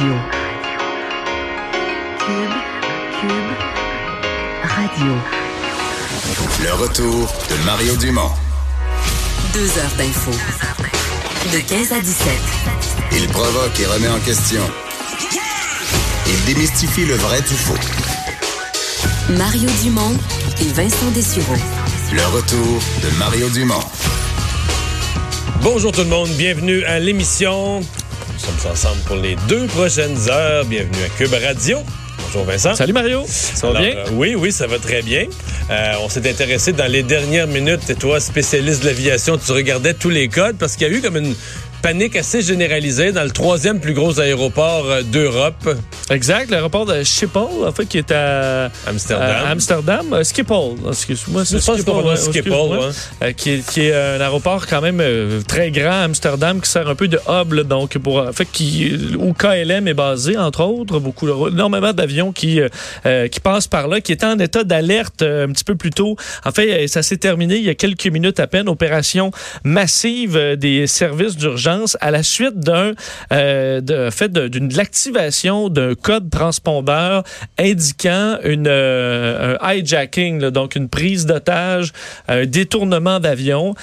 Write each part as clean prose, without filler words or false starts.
Radio. Cube Radio. Le retour de Mario Dumont. 2 heures d'info. De 15 à 17. Il provoque et remet en question. Il démystifie le vrai du faux. Mario Dumont et Vincent Dessureau. Le retour de Mario Dumont. Bonjour tout le monde, bienvenue à l'émission. Nous sommes ensemble pour les 2 prochaines heures. Bienvenue à Cube Radio. Bonjour Vincent. Salut Mario, ça va bien? Oui, ça va très bien. On s'est intéressé dans les dernières minutes, et toi, spécialiste de l'aviation, tu regardais tous les codes parce qu'il y a eu comme une panique assez généralisée dans le 3e plus gros aéroport d'Europe. Exact, l'aéroport de Schiphol, en fait, qui est à Amsterdam. Schiphol, excuse-moi. Je pense que c'est Schiphol, ouais. Qui est un aéroport quand même très grand, Amsterdam, qui sert un peu de hub, là, donc où KLM est basé, entre autres, énormément d'avions qui passent par là, qui étaient en état d'alerte un petit peu plus tôt. En fait, ça s'est terminé il y a quelques minutes à peine, opération massive des services d'urgence à la suite de l'activation d'un code transpondeur indiquant un hijacking, là, donc une prise d'otage, un détournement d'avion.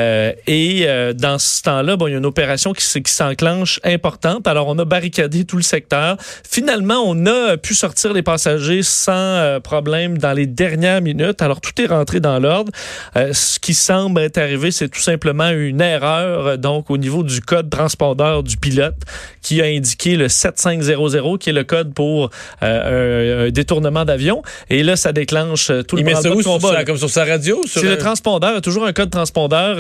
Dans ce temps-là, il y a une opération qui s'enclenche importante. Alors, on a barricadé tout le secteur. Finalement, on a pu sortir les passagers sans problème dans les dernières minutes. Alors, tout est rentré dans l'ordre. Ce qui semble être arrivé, c'est tout simplement une erreur, donc, au niveau du code transpondeur du pilote qui a indiqué le 7500 qui est le code pour un détournement d'avion. Et là, ça déclenche tout le branle-bas de combat. Comme sur sa radio? Le transpondeur. Il y a toujours un code transpondeur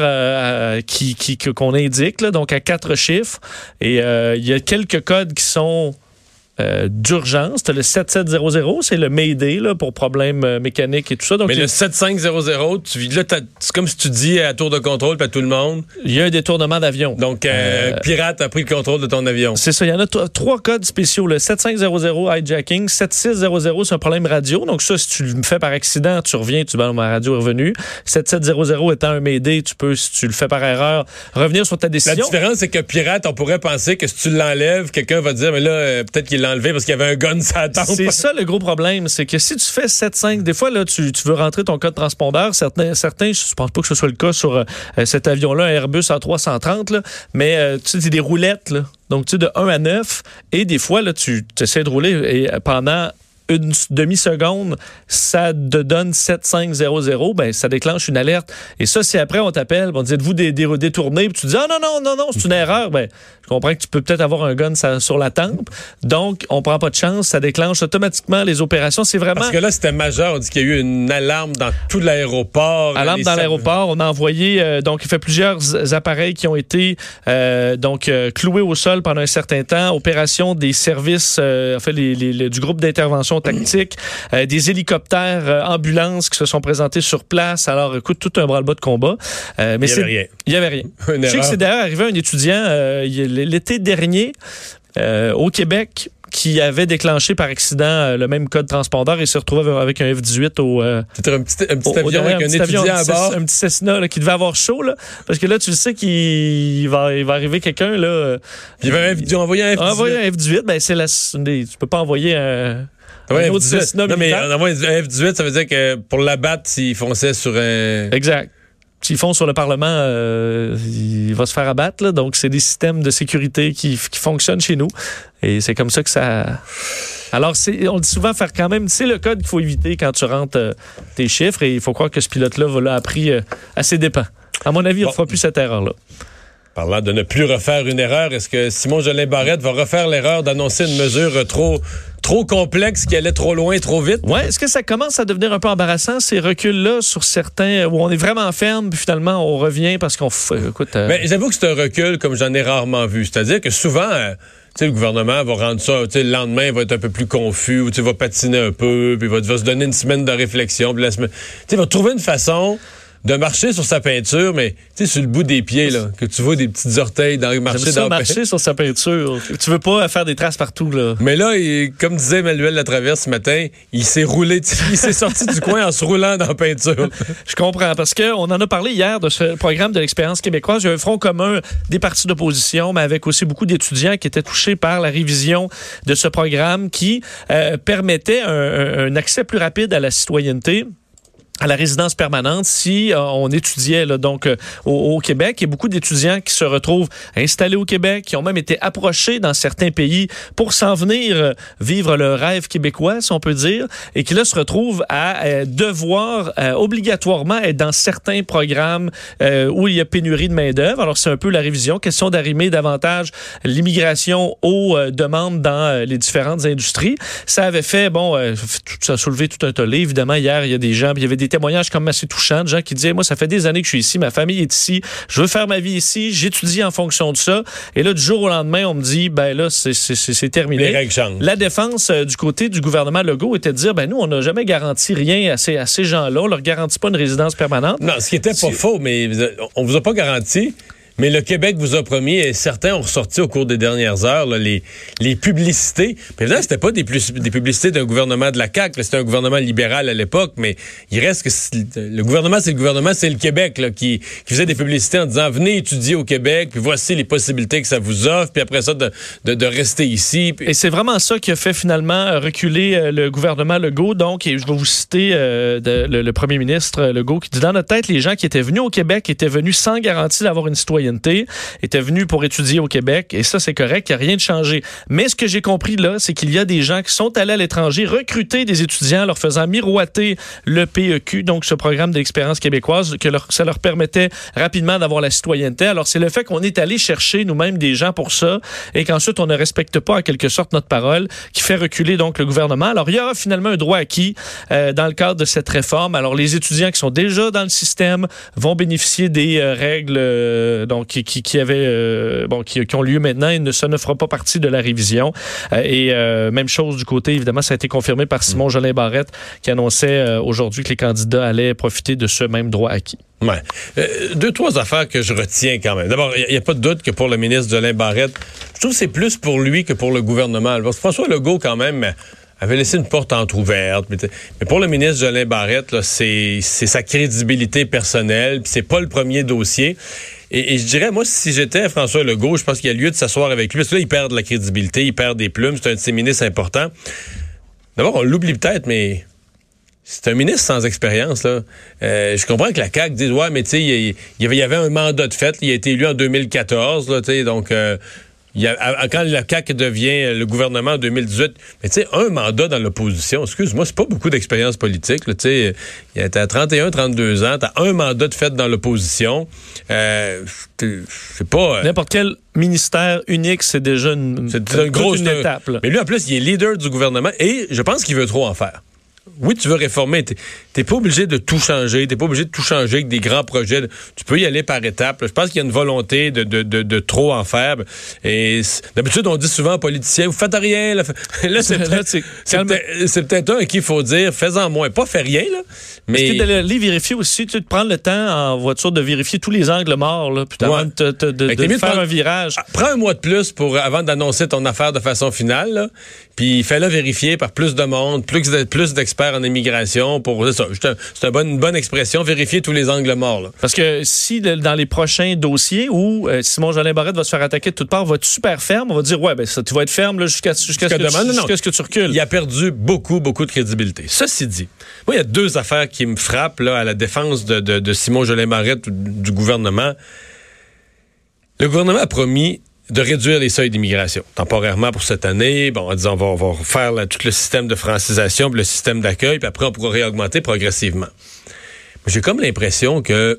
qu'on indique, là, donc à 4 chiffres. Et il y a quelques codes qui sont d'urgence. T'as le 7700, c'est le Mayday là, pour problèmes mécaniques et tout ça. Donc, mais le 7500, c'est comme si tu dis à tour de contrôle pas tout le monde. Il y a un détournement d'avion. Donc, pirate a pris le contrôle de ton avion. C'est ça. Il y en a 3 codes spéciaux. Le 7500 hijacking, 7600 c'est un problème radio. Donc ça, si tu le fais par accident, tu reviens, ma radio est revenue. 7700 étant un Mayday, tu peux, si tu le fais par erreur, revenir sur ta décision. La différence, c'est que pirate, on pourrait penser que si tu l'enlèves, quelqu'un va te dire, mais là, peut-être qu'il l'a enlevé parce qu'il y avait un gun sur la tempe. C'est ça le gros problème, c'est que si tu fais 7.5, des fois là tu veux rentrer ton code transpondeur, certains je pense pas que ce soit le cas sur cet avion-là, un Airbus A330 là, mais tu sais c'est des roulettes là. Donc tu sais de 1 à 9 et des fois là tu essaies de rouler et pendant une demi-seconde, ça te donne 7500, ça déclenche une alerte. Et ça, si après on t'appelle, on dit êtes-vous détourné, puis tu dis non, c'est une erreur, je comprends que tu peux peut-être avoir un gun sur la tempe. Donc, on prend pas de chance, ça déclenche automatiquement les opérations. C'est vraiment... Parce que là, c'était majeur. On dit qu'il y a eu une alarme dans tout l'aéroport. Alarme dans l'aéroport. On a envoyé, donc, il fait plusieurs appareils qui ont été cloués au sol pendant un certain temps. Opération des services, du groupe d'intervention tactique, des hélicoptères, ambulances qui se sont présentés sur place. Alors, écoute, tout un branle-bas de combat. Mais il y avait rien. Je sais que c'est d'ailleurs arrivé à un étudiant l'été dernier au Québec qui avait déclenché par accident le même code transpondeur et s'est retrouvé avec un F-18 C'était un petit avion avec un étudiant à bord. Un petit Cessna là, qui devait avoir chaud, là, parce que là, tu le sais qu'il va arriver quelqu'un. Là, il va envoyer un F-18. Envoyer un F-18, tu peux pas envoyer un... Ouais, autre Cessna non, mais on envoie un F-18, ça veut dire que pour l'abattre, s'il fonçait sur un... Exact. S'ils font sur le Parlement, il va se faire abattre. Là. Donc, c'est des systèmes de sécurité qui fonctionnent chez nous. Et c'est comme ça que ça... Alors, on dit souvent faire quand même... C'est le code qu'il faut éviter quand tu rentres tes chiffres. Et il faut croire que ce pilote-là l'a appris à ses dépens. À mon avis, il ne fera plus cette erreur-là. Parlant de ne plus refaire une erreur, est-ce que Simon Jolin Barrette va refaire l'erreur d'annoncer une mesure trop complexe qui allait trop loin, trop vite? Oui, est-ce que ça commence à devenir un peu embarrassant, ces reculs-là, sur certains où on est vraiment ferme, puis finalement, on revient parce qu'on... Écoute... Mais j'avoue que c'est un recul comme j'en ai rarement vu. C'est-à-dire que souvent... le gouvernement va rendre ça, le lendemain, il va être un peu plus confus, ou va patiner un peu, puis va se donner une semaine de réflexion, puis la semaine... il va trouver une façon de marcher sur sa peinture, mais tu sais, sur le bout des pieds, là, que tu vois des petites orteils marcher dans marcher sur sa peinture. Tu veux pas faire des traces partout, là. Mais là, comme disait Emmanuel Latraverse ce matin, il s'est sorti du coin en se roulant dans la peinture. Je comprends, parce qu'on en a parlé hier de ce programme de l'expérience québécoise. Il y a un front commun des partis d'opposition, mais avec aussi beaucoup d'étudiants qui étaient touchés par la révision de ce programme qui permettait un accès plus rapide à la citoyenneté, à la résidence permanente si on étudiait là, donc au Québec. Il y a beaucoup d'étudiants qui se retrouvent installés au Québec, qui ont même été approchés dans certains pays pour s'en venir vivre le rêve québécois, si on peut dire, et qui là se retrouvent à devoir obligatoirement être dans certains programmes où il y a pénurie de main-d'œuvre. Alors c'est un peu la révision, question d'arrimer davantage l'immigration aux demandes dans les différentes industries. Ça avait fait, ça a soulevé tout un tollé. Évidemment, hier, il y a des gens, il y avait des témoignages comme assez touchants de gens qui disaient, moi, ça fait des années que je suis ici, ma famille est ici, je veux faire ma vie ici, j'étudie en fonction de ça. Et là, du jour au lendemain, on me dit, là, c'est terminé. Les règles changent. La défense du côté du gouvernement Legault était de dire, nous, on n'a jamais garanti rien à ces gens-là, on leur garantit pas une résidence permanente. Non, ce qui était pas faux, mais on vous a pas garanti. Mais le Québec vous a promis, et certains ont ressorti au cours des dernières heures, là, les publicités. Mais évidemment, c'était pas des publicités d'un gouvernement de la CAQ, là, c'était un gouvernement libéral à l'époque, mais il reste que le gouvernement, c'est le Québec là, qui faisait des publicités en disant « Venez étudier au Québec, puis voici les possibilités que ça vous offre, puis après ça, de rester ici. » Et c'est vraiment ça qui a fait finalement reculer le gouvernement Legault. Donc, et je vais vous citer le premier ministre Legault qui dit « Dans notre tête, les gens qui étaient venus au Québec étaient venus sans garantie d'avoir une citoyenneté. Étaient venus pour étudier au Québec et ça, c'est correct, il n'y a rien de changé. Mais ce que j'ai compris là, c'est qu'il y a des gens qui sont allés à l'étranger recruter des étudiants leur faisant miroiter le PEQ, donc ce programme d'expérience québécoise, ça leur permettait rapidement d'avoir la citoyenneté. Alors, c'est le fait qu'on est allé chercher nous-mêmes des gens pour ça et qu'ensuite, on ne respecte pas en quelque sorte notre parole qui fait reculer donc le gouvernement. Alors, il y aura finalement un droit acquis dans le cadre de cette réforme. Alors, les étudiants qui sont déjà dans le système vont bénéficier des règles donc qui ont lieu maintenant et ça ne fera pas partie de la révision. Même chose du côté, évidemment, ça a été confirmé par Simon Jolin Barrette qui annonçait aujourd'hui que les candidats allaient profiter de ce même droit acquis. Ouais. 2-3 affaires que je retiens quand même. D'abord, il n'y a pas de doute que pour le ministre Jolin Barrette, je trouve que c'est plus pour lui que pour le gouvernement. Parce que François Legault, quand même, avait laissé une porte entrouverte. Mais pour le ministre Jolin Barrette, là, c'est sa crédibilité personnelle, puis c'est pas le premier dossier. Et je dirais, moi, si j'étais François Legault, je pense qu'il y a lieu de s'asseoir avec lui. Parce que là, il perd de la crédibilité, il perd des plumes. C'est un de ses ministres importants. D'abord, on l'oublie peut-être, mais c'est un ministre sans expérience, là. Je comprends que la CAQ dise, ouais, mais tu sais, il y avait un mandat de fait. Il a été élu en 2014, là, tu sais, donc... quand la CAQ devient le gouvernement en 2018, mais tu sais, un mandat dans l'opposition, excuse-moi, c'est pas beaucoup d'expérience politique. Tu sais, t'as 31, 32 ans, t'as un mandat de fait dans l'opposition. C'est pas... N'importe quel ministère unique, c'est déjà une grosse étape. Là. Mais lui, en plus, il est leader du gouvernement et je pense qu'il veut trop en faire. Oui, tu veux réformer, t'es pas obligé de tout changer, t'es pas obligé de tout changer avec des grands projets. Tu peux y aller par étapes. Je pense qu'il y a une volonté de trop en faire. Et d'habitude, on dit souvent aux politiciens, vous faites rien. Là, c'est peut-être un qu'il faut dire, fais-en moins. Pas faire rien, là. Mais est-ce que d'aller vérifier aussi, tu sais, de prendre le temps en voiture de vérifier tous les angles morts, là, puis avant de faire un virage. Prends un mois de plus avant d'annoncer ton affaire de façon finale, là, puis fais-le vérifier par plus de monde, plus d'experts en immigration pour ça. C'est une bonne expression, vérifier tous les angles morts. Là. Parce que si dans les prochains dossiers où Simon Jolin Barrette va se faire attaquer de toutes parts, va être super ferme, on va dire tu vas être ferme là, jusqu'à ce que tu recules. Il a perdu beaucoup de crédibilité. Ceci dit, moi il y a 2 affaires qui me frappent là, à la défense de Simon Jolin Barrette du gouvernement. Le gouvernement a promis de réduire les seuils d'immigration temporairement pour cette année. Bon, en disant on va refaire tout le système de francisation, puis le système d'accueil, puis après on pourra réaugmenter progressivement. Mais j'ai comme l'impression que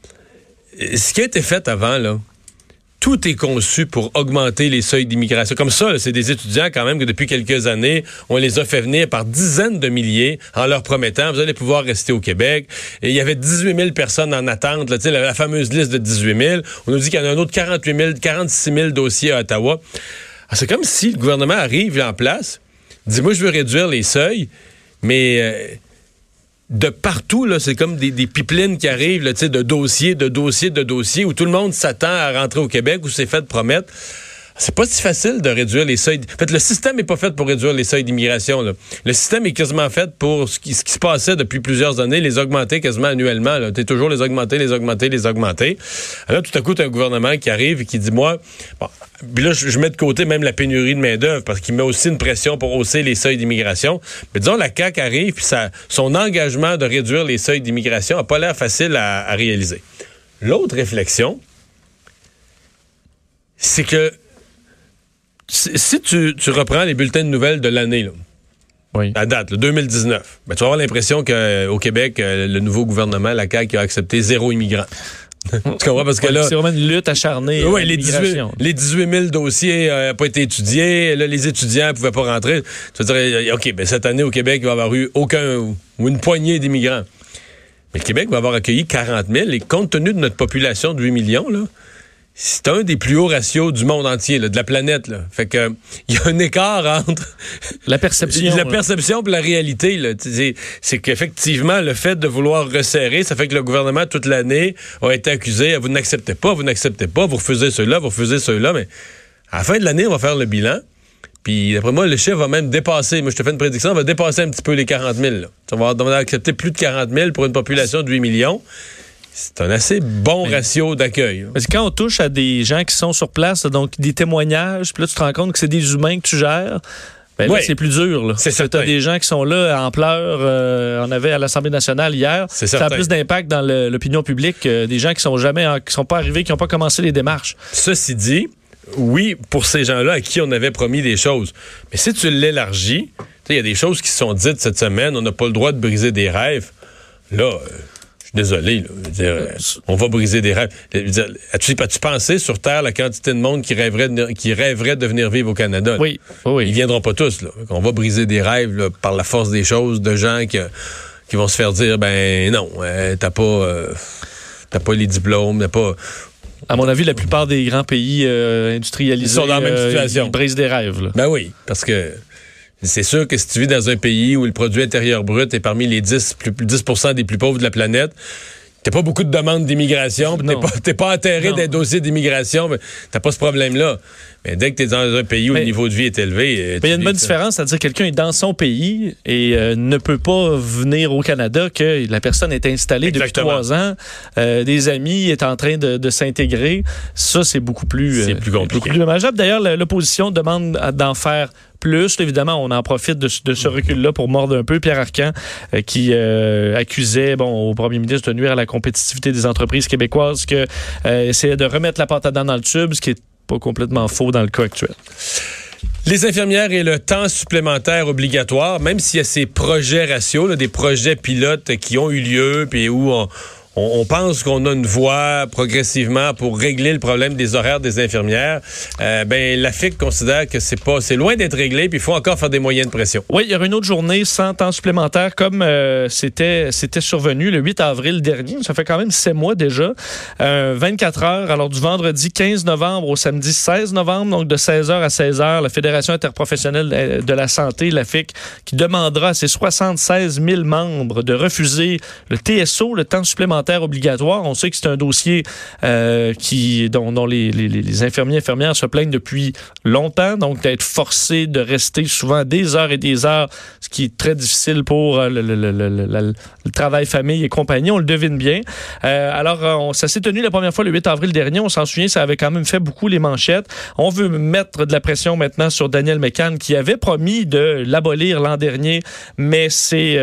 ce qui a été fait avant, là, tout est conçu pour augmenter les seuils d'immigration. Comme ça, là, c'est des étudiants quand même que depuis quelques années, on les a fait venir par dizaines de milliers en leur promettant, vous allez pouvoir rester au Québec. Et il y avait 18 000 personnes en attente, là, la fameuse liste de 18 000. On nous dit qu'il y en a un autre 46 000 dossiers à Ottawa. Alors, c'est comme si le gouvernement arrive en place, dit, moi, je veux réduire les seuils, mais de partout, là, c'est comme des pipelines qui arrivent, là, de dossiers, où tout le monde s'attend à rentrer au Québec, où c'est fait de promettre. C'est pas si facile de réduire les seuils. En fait, le système n'est pas fait pour réduire les seuils d'immigration, là. Le système est quasiment fait pour ce qui se passait depuis plusieurs années, les augmenter quasiment annuellement, là. T'es toujours les augmenter. Alors, tout à coup, t'as un gouvernement qui arrive et qui dit, moi, bon, puis là, je mets de côté même la pénurie de main-d'œuvre parce qu'il met aussi une pression pour hausser les seuils d'immigration. Mais disons, la CAQ arrive puis son engagement de réduire les seuils d'immigration n'a pas l'air facile à réaliser. L'autre réflexion, c'est que si tu reprends les bulletins de nouvelles de l'année, là, oui, à date, là, 2019, ben, tu vas avoir l'impression qu'au Québec, le nouveau gouvernement, la CAQ, a accepté 0 immigrants. Tu comprends? Parce que là, c'est vraiment une lutte acharnée. Oui, les 18 000 dossiers n'ont pas été étudiés. Là, les étudiants ne pouvaient pas rentrer. Tu vas dire, OK, ben, cette année, au Québec, il va y avoir eu aucun ou une poignée d'immigrants. Mais le Québec va avoir accueilli 40 000. Et compte tenu de notre population de 8 millions, là, c'est un des plus hauts ratios du monde entier, là, de la planète. Là. Fait que il y a un écart entre la perception et la réalité. Là. C'est qu'effectivement, le fait de vouloir resserrer, ça fait que le gouvernement, toute l'année, a été accusé, vous n'acceptez pas, vous refusez ceux-là, mais à la fin de l'année, on va faire le bilan. Puis d'après moi, le chiffre va même dépasser, moi je te fais une prédiction, on va dépasser un petit peu les 40 000. Là. On va accepter plus de 40 000 pour une population de 8 millions. C'est un assez bon ratio d'accueil. Parce que quand on touche à des gens qui sont sur place, donc des témoignages, puis là, tu te rends compte que c'est des humains que tu gères, ben là, c'est plus dur. Là. C'est certain. Tu as des gens qui sont là en pleurs. On avait à l'Assemblée nationale hier. Ça a plus d'impact dans l'opinion publique. Des gens qui sont pas arrivés, qui n'ont pas commencé les démarches. Ceci dit, oui, pour ces gens-là à qui on avait promis des choses. Mais si tu l'élargis, il y a des choses qui se sont dites cette semaine. On n'a pas le droit de briser des rêves. Là... Désolé, là, je veux dire, on va briser des rêves. As-tu pensé sur Terre la quantité de monde qui rêverait de venir vivre au Canada? Oui. Ils viendront pas tous. Là. On va briser des rêves là, par la force des choses de gens qui vont se faire dire, ben non, t'as pas les diplômes, t'as pas... À mon avis, la plupart des grands pays industrialisés ils sont dans la même situation. Ils brisent des rêves. Là. Ben oui, parce que... C'est sûr que si tu vis dans un pays où le produit intérieur brut est parmi les 10 des plus pauvres de la planète, t'as pas beaucoup de demandes d'immigration, t'es pas enterré des dossiers d'immigration, mais t'as pas ce problème-là. Mais dès que t'es dans un pays où le niveau de vie est élevé... Il y a une bonne différence, c'est-à-dire que quelqu'un est dans son pays et ne peut pas venir au Canada, que la personne est installée depuis 3 ans, des amis, est en train de s'intégrer. Ça, c'est beaucoup plus compliqué. Beaucoup plus dommageable. D'ailleurs, l'opposition demande d'en faire plus. Évidemment, on en profite de ce recul-là pour mordre un peu. Pierre Arcan, qui accusait au premier ministre de nuire à la compétitivité des entreprises québécoises, que essayait de remettre la pâte à dents dans le tube, ce qui est pas complètement faux dans le cas actuel. Les infirmières et le temps supplémentaire obligatoire, même s'il y a ces projets ratios, là, des projets pilotes qui ont eu lieu, puis où on pense qu'on a une voie progressivement pour régler le problème des horaires des infirmières. La FIC considère que c'est loin d'être réglé, puis il faut encore faire des moyens de pression. Oui, il y aura une autre journée sans temps supplémentaire, comme c'était survenu le 8 avril dernier. Ça fait quand même 7 mois déjà. 24 heures, alors du vendredi 15 novembre au samedi 16 novembre, donc de 16h à 16h, la Fédération interprofessionnelle de la santé, la FIC, qui demandera à ses 76 000 membres de refuser le TSO, le temps supplémentaire obligatoire. On sait que c'est un dossier dont les infirmiers et infirmières se plaignent depuis longtemps, donc d'être forcés de rester souvent des heures et des heures, ce qui est très difficile pour le travail, famille et compagnie, on le devine bien. Alors, ça s'est tenu la première fois le 8 avril dernier, on s'en souvient, ça avait quand même fait beaucoup les manchettes. On veut mettre de la pression maintenant sur Daniel Mécan, qui avait promis de l'abolir l'an dernier, mais c'est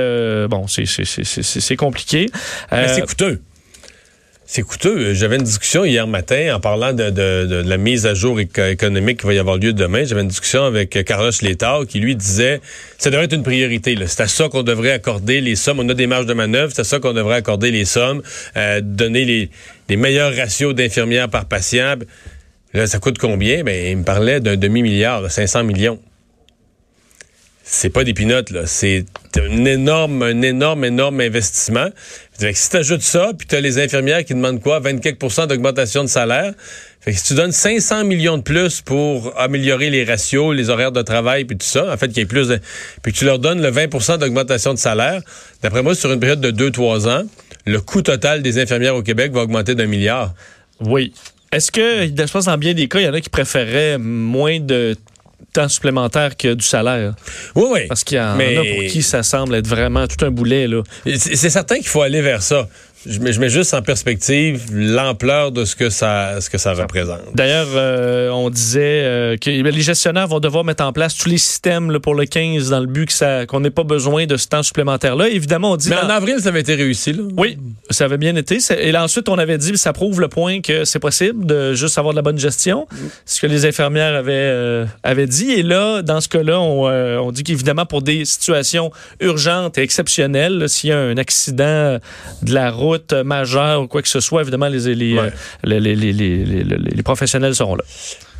compliqué. Mais c'est coûteux. C'est coûteux. J'avais une discussion hier matin en parlant de la mise à jour économique qui va y avoir lieu demain. J'avais une discussion avec Carlos Létard qui, lui, disait ça devrait être une priorité. Là. C'est à ça qu'on devrait accorder les sommes. On a des marges de manœuvre. C'est à ça qu'on devrait accorder les sommes, donner les meilleurs ratios d'infirmières par patient. Là, ça coûte combien? Il me parlait d'un demi-milliard, 500 millions. c'est pas des peanuts, là. C'est un énorme investissement. Fait que si tu ajoutes ça, puis tu as les infirmières qui demandent quoi? 24% d'augmentation de salaire. Fait que si tu donnes 500 millions de plus pour améliorer les ratios, les horaires de travail, puis tout ça, en fait, qu'il y ait plus puis que tu leur donnes le 20% d'augmentation de salaire, d'après moi, sur une période de 2-3 ans, le coût total des infirmières au Québec va augmenter d'1 milliard. Oui. Est-ce que, je pense, dans bien des cas, il y en a qui préféraient moins de temps supplémentaire que du salaire? Oui. Parce qu'il y en a pour qui ça semble être vraiment tout un boulet, là. C'est certain qu'il faut aller vers ça. Je mets juste en perspective l'ampleur de ce que ça représente. D'ailleurs, on disait que les gestionnaires vont devoir mettre en place tous les systèmes là, pour le 15 dans le but qu'on n'ait pas besoin de ce temps supplémentaire-là. Évidemment, on dit... Mais en avril, ça avait été réussi, là. Oui, ça avait bien été. Et là, ensuite, on avait dit ça prouve le point que c'est possible de juste avoir de la bonne gestion. Ce que les infirmières avaient dit. Et là, dans ce cas-là, on dit qu'évidemment, pour des situations urgentes et exceptionnelles, là, s'il y a un accident de la route majeure ou quoi que ce soit, évidemment, les professionnels seront là.